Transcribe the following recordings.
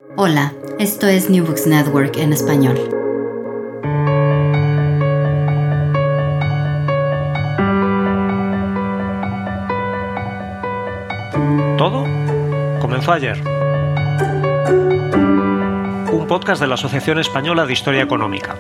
Hola, esto es New Books Network en español. Todo comenzó ayer. Un podcast de la Asociación Española de Historia Económica.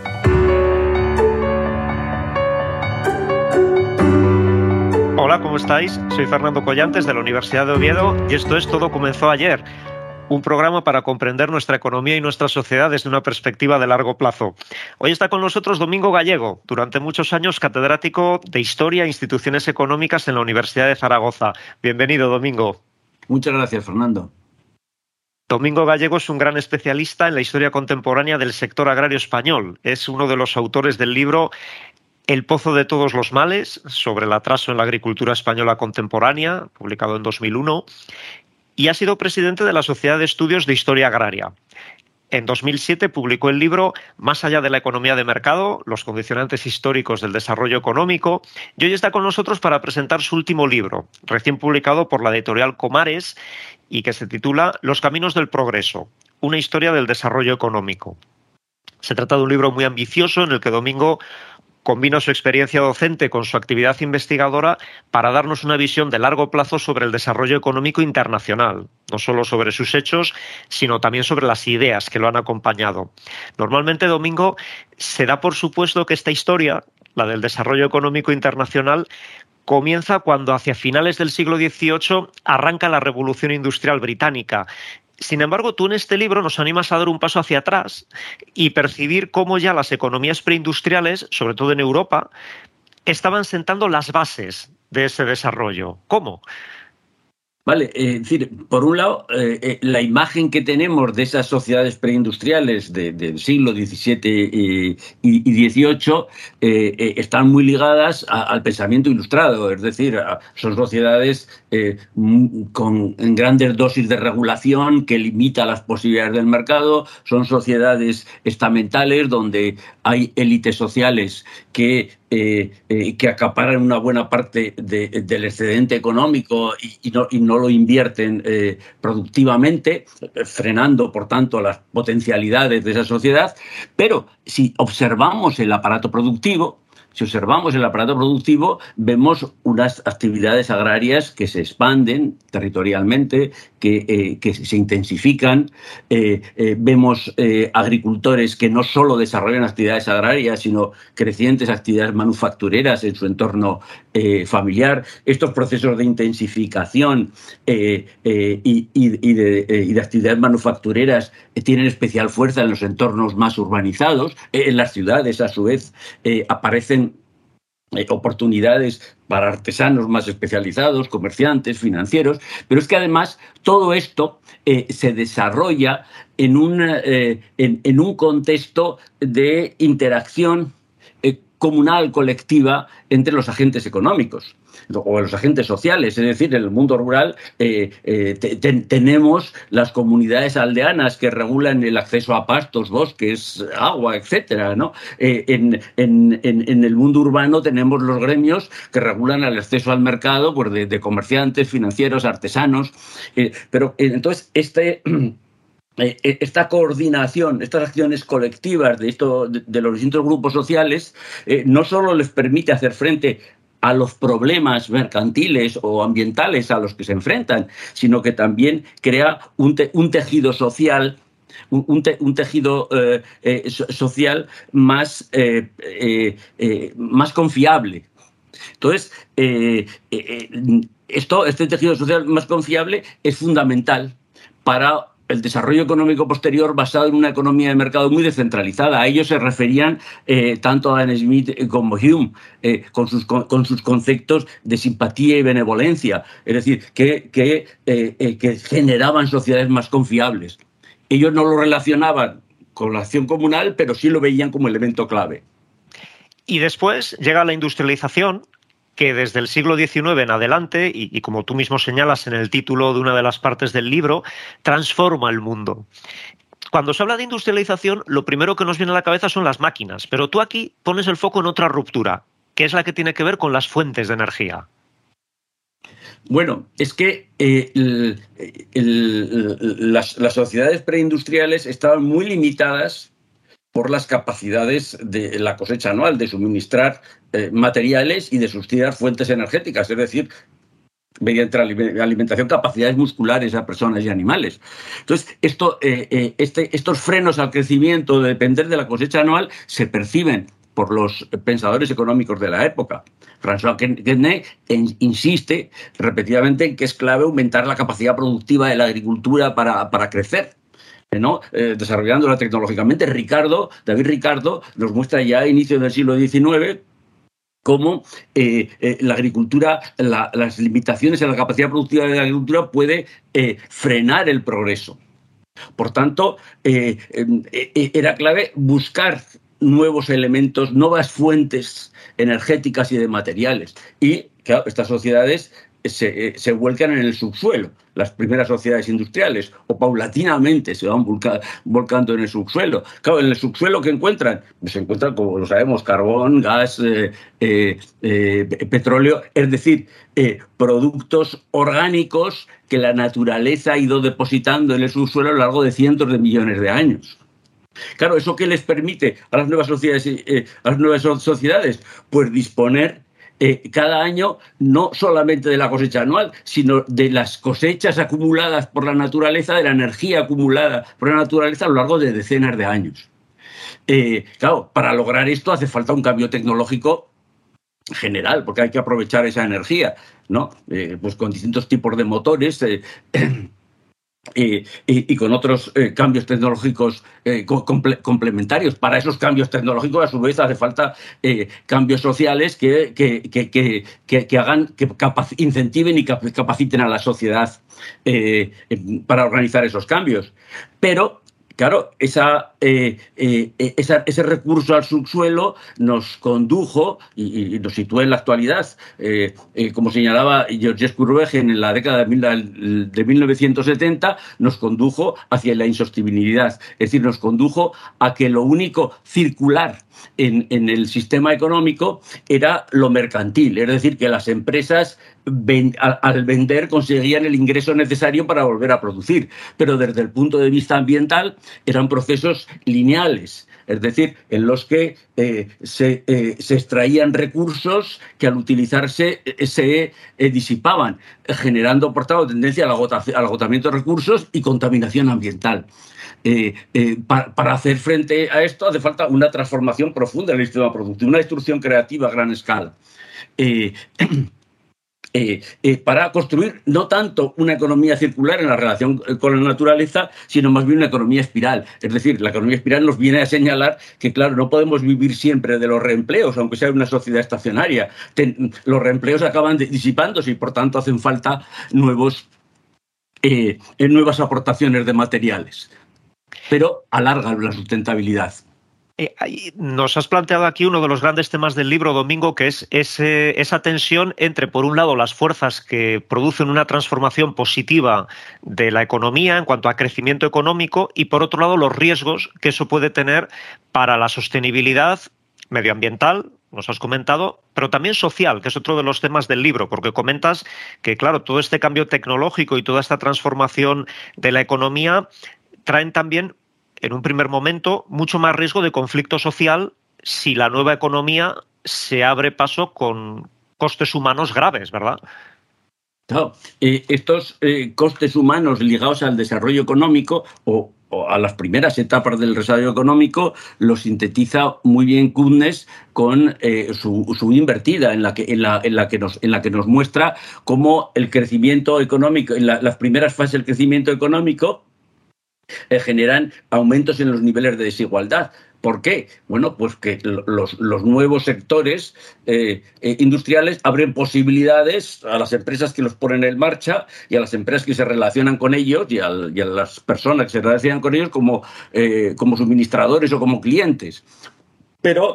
Hola, ¿cómo estáis? Soy Fernando Collantes de la Universidad de Oviedo y esto es Todo comenzó ayer. Un programa para comprender nuestra economía y nuestra sociedad desde una perspectiva de largo plazo. Hoy está con nosotros Domingo Gallego, durante muchos años catedrático de Historia e Instituciones Económicas en la Universidad de Zaragoza. Bienvenido, Domingo. Muchas gracias, Fernando. Domingo Gallego es un gran especialista en la historia contemporánea del sector agrario español. Es uno de los autores del libro El pozo de todos los males, sobre el atraso en la agricultura española contemporánea, publicado en 2001, y ha sido presidente de la Sociedad de Estudios de Historia Agraria. En 2007 publicó el libro Más allá de la economía de mercado, los condicionantes históricos del desarrollo económico, y hoy está con nosotros para presentar su último libro, recién publicado por la editorial Comares, y que se titula Los caminos del progreso, una historia del desarrollo económico. Se trata de un libro muy ambicioso en el que Domingo combina su experiencia docente con su actividad investigadora para darnos una visión de largo plazo sobre el desarrollo económico internacional, no solo sobre sus hechos, sino también sobre las ideas que lo han acompañado. Normalmente, Domingo, se da por supuesto que esta historia, la del desarrollo económico internacional, comienza cuando hacia finales del siglo XVIII arranca la Revolución Industrial Británica. Sin embargo, tú en este libro nos animas a dar un paso hacia atrás y percibir cómo ya las economías preindustriales, sobre todo en Europa, estaban sentando las bases de ese desarrollo. ¿Cómo? Vale, es decir, por un lado, la imagen que tenemos de esas sociedades preindustriales del siglo XVII y XVIII están muy ligadas al pensamiento ilustrado, es decir, son sociedades con grandes dosis de regulación que limita las posibilidades del mercado, son sociedades estamentales donde hay élites sociales que acaparan una buena parte del excedente económico y no lo invierten productivamente, frenando, por tanto, las potencialidades de esa sociedad. Pero si observamos el aparato productivo, vemos unas actividades agrarias que se expanden territorialmente, que se intensifican. Vemos agricultores que no solo desarrollan actividades agrarias, sino crecientes actividades manufactureras en su entorno familiar. Estos procesos de intensificación y de actividades manufactureras tienen especial fuerza en los entornos más urbanizados. En las ciudades, a su vez, aparecen oportunidades para artesanos más especializados, comerciantes, financieros, pero es que además todo esto se desarrolla en un contexto de interacción comunal, colectiva, entre los agentes económicos o los agentes sociales. Es decir, en el mundo rural tenemos las comunidades aldeanas que regulan el acceso a pastos, bosques, agua, etcétera, ¿no? En el mundo urbano tenemos los gremios que regulan el acceso al mercado, pues, de comerciantes, financieros, artesanos. Pero entonces esta coordinación, estas acciones colectivas de los distintos grupos sociales, no solo les permite hacer frente a los problemas mercantiles o ambientales a los que se enfrentan, sino que también crea un tejido social, un tejido social más confiable. Entonces, este tejido social más confiable es fundamental para el desarrollo económico posterior, basado en una economía de mercado muy descentralizada. A ello se referían tanto Adam Smith como Hume, con sus conceptos de simpatía y benevolencia, es decir, que generaban sociedades más confiables. Ellos no lo relacionaban con la acción comunal, pero sí lo veían como elemento clave. Y después llega la industrialización, que desde el siglo XIX en adelante, y como tú mismo señalas en el título de una de las partes del libro, transforma el mundo. Cuando se habla de industrialización, lo primero que nos viene a la cabeza son las máquinas, pero tú aquí pones el foco en otra ruptura, que es la que tiene que ver con las fuentes de energía. Bueno, es que las sociedades preindustriales estaban muy limitadas por las capacidades de la cosecha anual, de suministrar materiales y de suministrar fuentes energéticas, es decir, mediante la alimentación, capacidades musculares a personas y animales. Entonces, estos frenos al crecimiento de depender de la cosecha anual se perciben por los pensadores económicos de la época. François Quesnay insiste repetidamente en que es clave aumentar la capacidad productiva de la agricultura para crecer, ¿no? Desarrollándola tecnológicamente. David Ricardo nos muestra ya a inicios del siglo XIX cómo la agricultura, las limitaciones en la capacidad productiva de la agricultura puede frenar el progreso. Por tanto, era clave buscar nuevos elementos, nuevas fuentes energéticas y de materiales. Y, claro, estas sociedades se vuelcan en el subsuelo, las primeras sociedades industriales, o paulatinamente se van volcando en el subsuelo. Claro, en el subsuelo, ¿qué encuentran? Pues se encuentran, como lo sabemos, carbón, gas, petróleo, es decir, productos orgánicos que la naturaleza ha ido depositando en el subsuelo a lo largo de cientos de millones de años. Claro, ¿eso qué les permite a las nuevas sociedades? Pues disponer cada año no solamente de la cosecha anual, sino de las cosechas acumuladas por la naturaleza, de la energía acumulada por la naturaleza a lo largo de decenas de años. Claro, para lograr esto hace falta un cambio tecnológico general, porque hay que aprovechar esa energía, ¿no? Pues con distintos tipos de motores, y con otros cambios tecnológicos complementarios. Para esos cambios tecnológicos, a su vez, hace falta cambios sociales que hagan, que incentiven y capaciten a la sociedad para organizar esos cambios. Pero, claro, ese recurso al subsuelo nos condujo y nos sitúa en la actualidad, como señalaba Georges Courvegen en la década de 1970, nos condujo hacia la insostenibilidad. Es decir, nos condujo a que lo único circular en el sistema económico era lo mercantil, es decir, que las empresas al vender conseguían el ingreso necesario para volver a producir, pero desde el punto de vista ambiental eran procesos lineales, es decir, en los que se extraían recursos que al utilizarse se disipaban, generando por tanto tendencia al agotamiento de recursos y contaminación ambiental. Para hacer frente a esto hace falta una transformación profunda del sistema productivo, una destrucción creativa a gran escala. Para construir no tanto una economía circular en la relación con la naturaleza, sino más bien una economía espiral. Es decir, la economía espiral nos viene a señalar que, claro, no podemos vivir siempre de los reempleos, aunque sea una sociedad estacionaria. Los reempleos acaban disipándose y, por tanto, hacen falta nuevas aportaciones de materiales. Pero alargan la sustentabilidad. Nos has planteado aquí uno de los grandes temas del libro, Domingo, que es esa tensión entre, por un lado, las fuerzas que producen una transformación positiva de la economía en cuanto a crecimiento económico y, por otro lado, los riesgos que eso puede tener para la sostenibilidad medioambiental, nos has comentado, pero también social, que es otro de los temas del libro, porque comentas que, claro, todo este cambio tecnológico y toda esta transformación de la economía traen también, en un primer momento, mucho más riesgo de conflicto social si la nueva economía se abre paso con costes humanos graves, ¿verdad? Claro, estos costes humanos ligados al desarrollo económico o a las primeras etapas del desarrollo económico los sintetiza muy bien Koundes con su invertida, en la que nos muestra cómo el crecimiento económico, en las primeras fases del crecimiento económico, generan aumentos en los niveles de desigualdad. ¿Por qué? Bueno, pues que los nuevos sectores industriales abren posibilidades a las empresas que los ponen en marcha y a las empresas que se relacionan con ellos y a las personas que se relacionan con ellos como suministradores o como clientes. Pero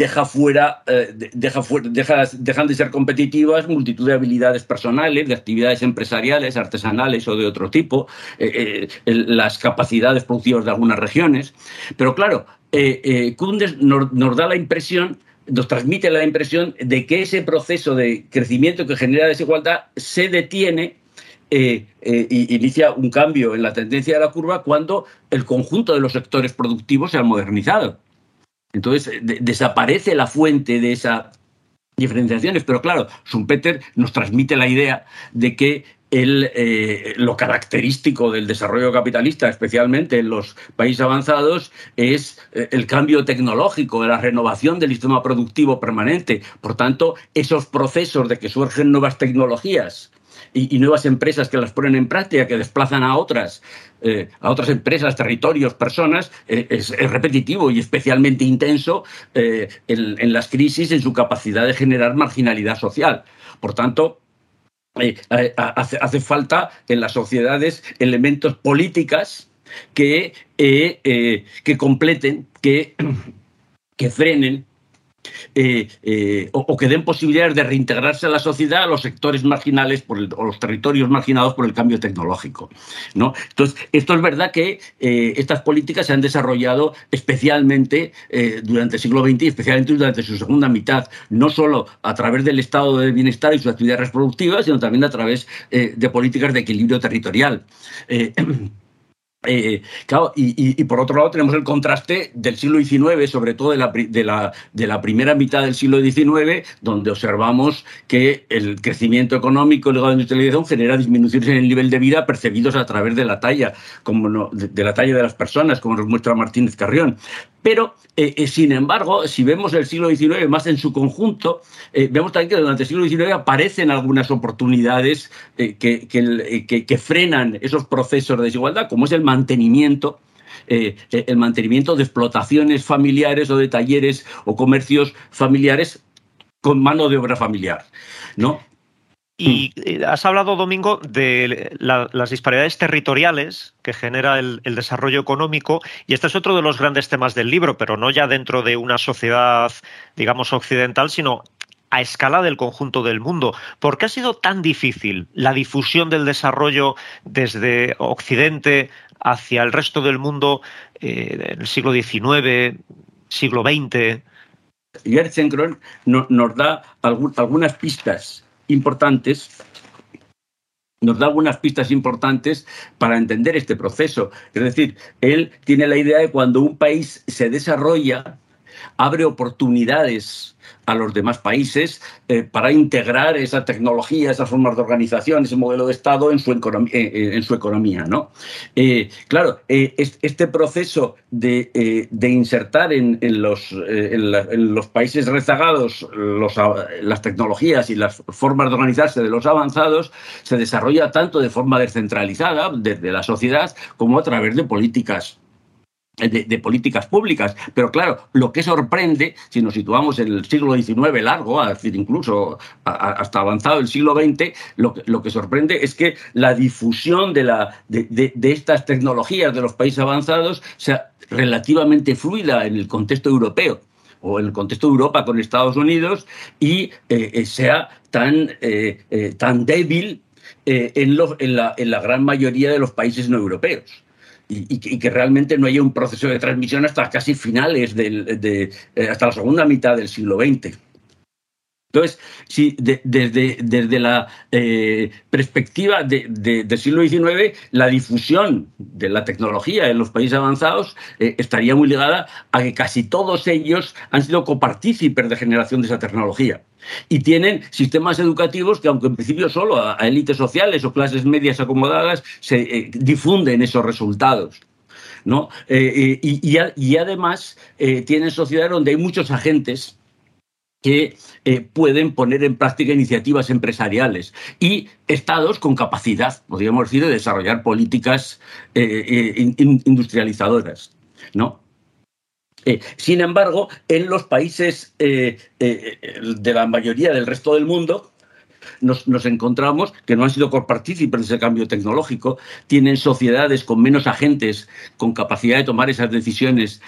dejan de ser competitivas multitud de habilidades personales, de actividades empresariales, artesanales o de otro tipo, las capacidades productivas de algunas regiones. Pero claro, Koundes nos da la impresión nos transmite la impresión de que ese proceso de crecimiento que genera desigualdad se detiene, inicia un cambio en la tendencia de la curva cuando el conjunto de los sectores productivos se han modernizado. Entonces, desaparece la fuente de esas diferenciaciones. Pero claro, Schumpeter nos transmite la idea de que lo característico del desarrollo capitalista, especialmente en los países avanzados, es el cambio tecnológico, la renovación del sistema productivo permanente. Por tanto, esos procesos de que surgen nuevas tecnologías y nuevas empresas que las ponen en práctica, que desplazan a otras empresas, territorios, personas, es repetitivo y especialmente intenso en las crisis, en su capacidad de generar marginalidad social. Por tanto, hace falta en las sociedades elementos políticas que completen, que frenen, o que den posibilidades de reintegrarse a la sociedad a los sectores marginales o los territorios marginados por el cambio tecnológico, ¿no? Entonces, esto es verdad que estas políticas se han desarrollado especialmente durante el siglo XX y especialmente durante su segunda mitad, no solo a través del estado de bienestar y sus actividades reproductivas, sino también a través de políticas de equilibrio territorial. Claro, y por otro lado tenemos el contraste del siglo XIX, sobre todo de la primera mitad del siglo XIX, donde observamos que el crecimiento económico y la industrialización genera disminuciones en el nivel de vida percibidos a través de la talla, de la talla de las personas, como nos muestra Martínez Carrión. Pero, sin embargo, si vemos el siglo XIX más en su conjunto, vemos también que durante el siglo XIX aparecen algunas oportunidades que frenan esos procesos de desigualdad, como es el mantenimiento de explotaciones familiares o de talleres o comercios familiares con mano de obra familiar, ¿no? Y has hablado, Domingo, de las disparidades territoriales que genera el desarrollo económico, y este es otro de los grandes temas del libro, pero no ya dentro de una sociedad, digamos, occidental, sino a escala del conjunto del mundo. ¿Por qué ha sido tan difícil la difusión del desarrollo desde Occidente hacia el resto del mundo en el siglo XIX, siglo XX? Gerschenkron nos da algunas pistas importantes, para entender este proceso. Es decir, él tiene la idea de cuando un país se desarrolla, abre oportunidades a los demás países para integrar esa tecnología, esas formas de organización, ese modelo de Estado en su economía, ¿no? Claro, este proceso de insertar en los países rezagados las tecnologías y las formas de organizarse de los avanzados se desarrolla tanto de forma descentralizada desde la sociedad como a través de políticas públicas. Pero claro, lo que sorprende, si nos situamos en el siglo XIX largo, es decir, incluso hasta avanzado el siglo XX, lo que sorprende es que la difusión de estas tecnologías de los países avanzados sea relativamente fluida en el contexto europeo o en el contexto de Europa con Estados Unidos y sea tan débil en la gran mayoría de los países no europeos. Y que realmente no haya un proceso de transmisión hasta casi finales hasta la segunda mitad del siglo XX. Entonces, si desde la perspectiva del siglo XIX, la difusión de la tecnología en los países avanzados estaría muy ligada a que casi todos ellos han sido copartícipes de generación de esa tecnología. Y tienen sistemas educativos que, aunque en principio solo a élites sociales o clases medias acomodadas, se difunden esos resultados, ¿no? Y además tienen sociedades donde hay muchos agentes que pueden poner en práctica iniciativas empresariales y estados con capacidad, podríamos decir, de desarrollar políticas industrializadoras, ¿no? Sin embargo, en los países de la mayoría del resto del mundo, nos encontramos que no han sido copartícipes de ese cambio tecnológico, tienen sociedades con menos agentes, con capacidad de tomar esas decisiones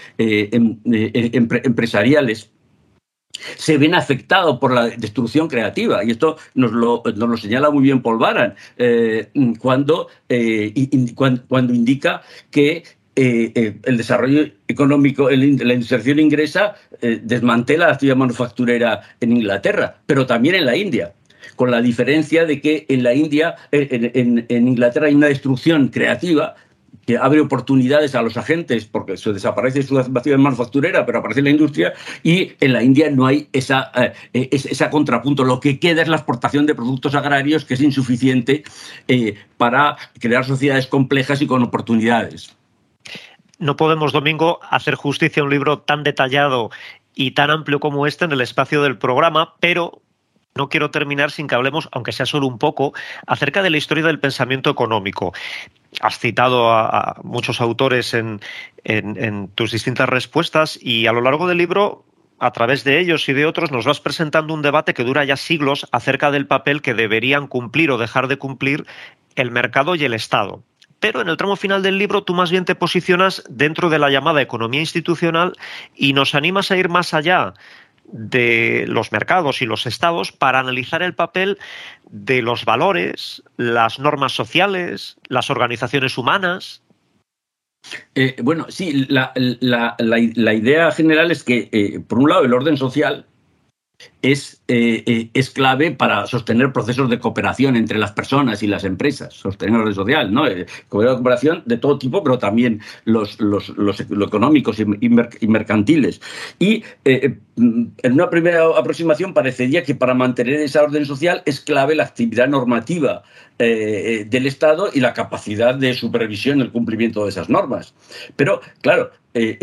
empresariales, se ven afectados por la destrucción creativa. Y esto nos lo señala muy bien Paul Baran cuando indica que el desarrollo económico, la inserción ingresa, desmantela la actividad manufacturera en Inglaterra, pero también en la India, con la diferencia de que en la India, en Inglaterra hay una destrucción creativa que abre oportunidades a los agentes porque se desaparece su actividad manufacturera, pero aparece la industria, y en la India no hay esa contrapunto. Lo que queda es la exportación de productos agrarios, que es insuficiente para crear sociedades complejas y con oportunidades. No podemos, Domingo, hacer justicia a un libro tan detallado y tan amplio como este en el espacio del programa, pero no quiero terminar sin que hablemos, aunque sea solo un poco, acerca de la historia del pensamiento económico. Has citado a muchos autores en tus distintas respuestas, y a lo largo del libro, a través de ellos y de otros, nos vas presentando un debate que dura ya siglos acerca del papel que deberían cumplir o dejar de cumplir el mercado y el Estado. Pero en el tramo final del libro tú más bien te posicionas dentro de la llamada economía institucional y nos animas a ir más allá de los mercados y los estados para analizar el papel de los valores, las normas sociales, las organizaciones humanas. Bueno, sí, la idea general es que, por un lado, el orden social es clave para sostener procesos de cooperación entre las personas y las empresas, sostener el orden social, ¿no? Cooperación de todo tipo, pero también lo económicos y mercantiles. Y en una primera aproximación parecería que para mantener esa orden social es clave la actividad normativa del Estado y la capacidad de supervisión del cumplimiento de esas normas. Pero, claro,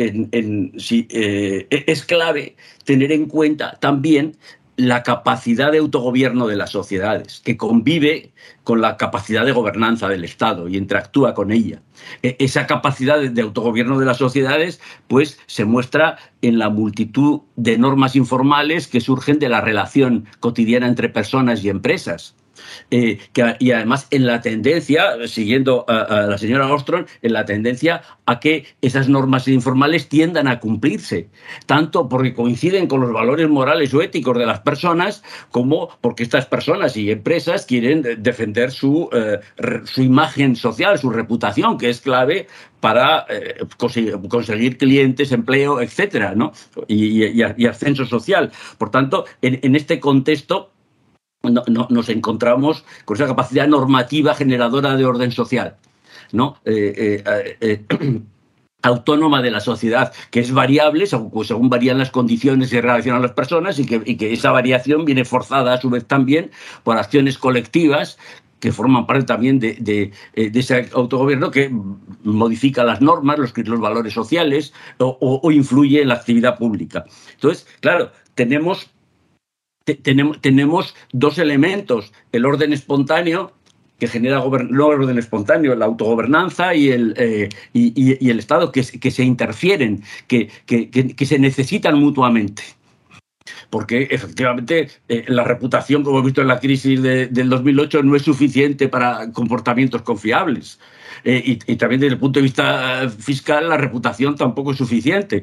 es clave tener en cuenta también la capacidad de autogobierno de las sociedades, que convive con la capacidad de gobernanza del Estado y interactúa con ella. Esa capacidad de autogobierno de las sociedades, pues, se muestra en la multitud de normas informales que surgen de la relación cotidiana entre personas y empresas. Y además en la tendencia, siguiendo a la señora Ostrom, en la tendencia a que esas normas informales tiendan a cumplirse, tanto porque coinciden con los valores morales o éticos de las personas, como porque estas personas y empresas quieren defender su imagen social, su reputación, que es clave para conseguir clientes, empleo, etcétera, ¿no? y ascenso social. Por tanto, en este contexto, nos encontramos con esa capacidad normativa generadora de orden social, ¿no? Autónoma de la sociedad, que es variable según varían las condiciones y relacionan las personas, y que esa variación viene forzada a su vez también por acciones colectivas que forman parte también de ese autogobierno, que modifica las normas, los valores sociales o influye en la actividad pública. Entonces, claro, tenemos dos elementos: el orden espontáneo, que genera no el orden espontáneo, la autogobernanza y el Estado, que se interfieren, que se necesitan mutuamente. Porque efectivamente la reputación, como hemos visto en la crisis del 2008, no es suficiente para comportamientos confiables. Y también desde el punto de vista fiscal, la reputación tampoco es suficiente.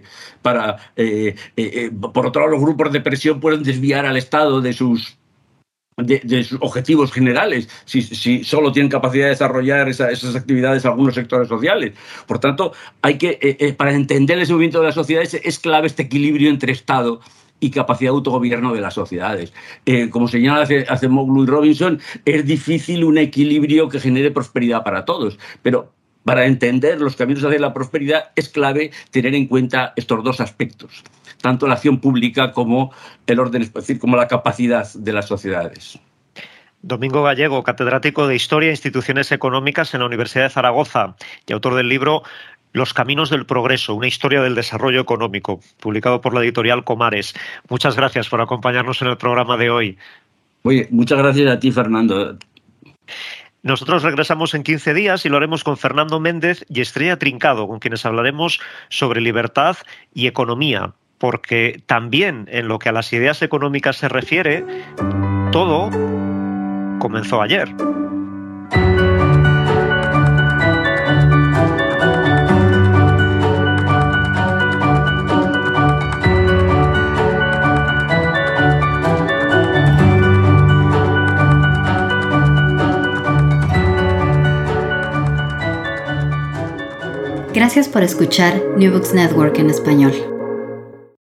Por otro lado, los grupos de presión pueden desviar al Estado de sus objetivos generales si solo tienen capacidad de desarrollar esas actividades algunos sectores sociales. Por tanto, para entender ese movimiento de las sociedades es clave este equilibrio entre Estado y capacidad de autogobierno de las sociedades. Como señala Acemoglu y Robinson, es difícil un equilibrio que genere prosperidad para todos, pero para entender los caminos hacia la prosperidad es clave tener en cuenta estos dos aspectos, tanto la acción pública como el orden, es decir, como la capacidad de las sociedades. Domingo Gallego, catedrático de Historia e Instituciones Económicas en la Universidad de Zaragoza y autor del libro Los caminos del progreso, una historia del desarrollo económico, publicado por la editorial Comares. Muchas gracias por acompañarnos en el programa de hoy. Oye, muchas gracias a ti, Fernando. Nosotros regresamos en 15 días y lo haremos con Fernando Méndez y Estrella Trincado, con quienes hablaremos sobre libertad y economía, porque también en lo que a las ideas económicas se refiere, todo comenzó ayer. Gracias Gracias por escuchar New Books Network en español.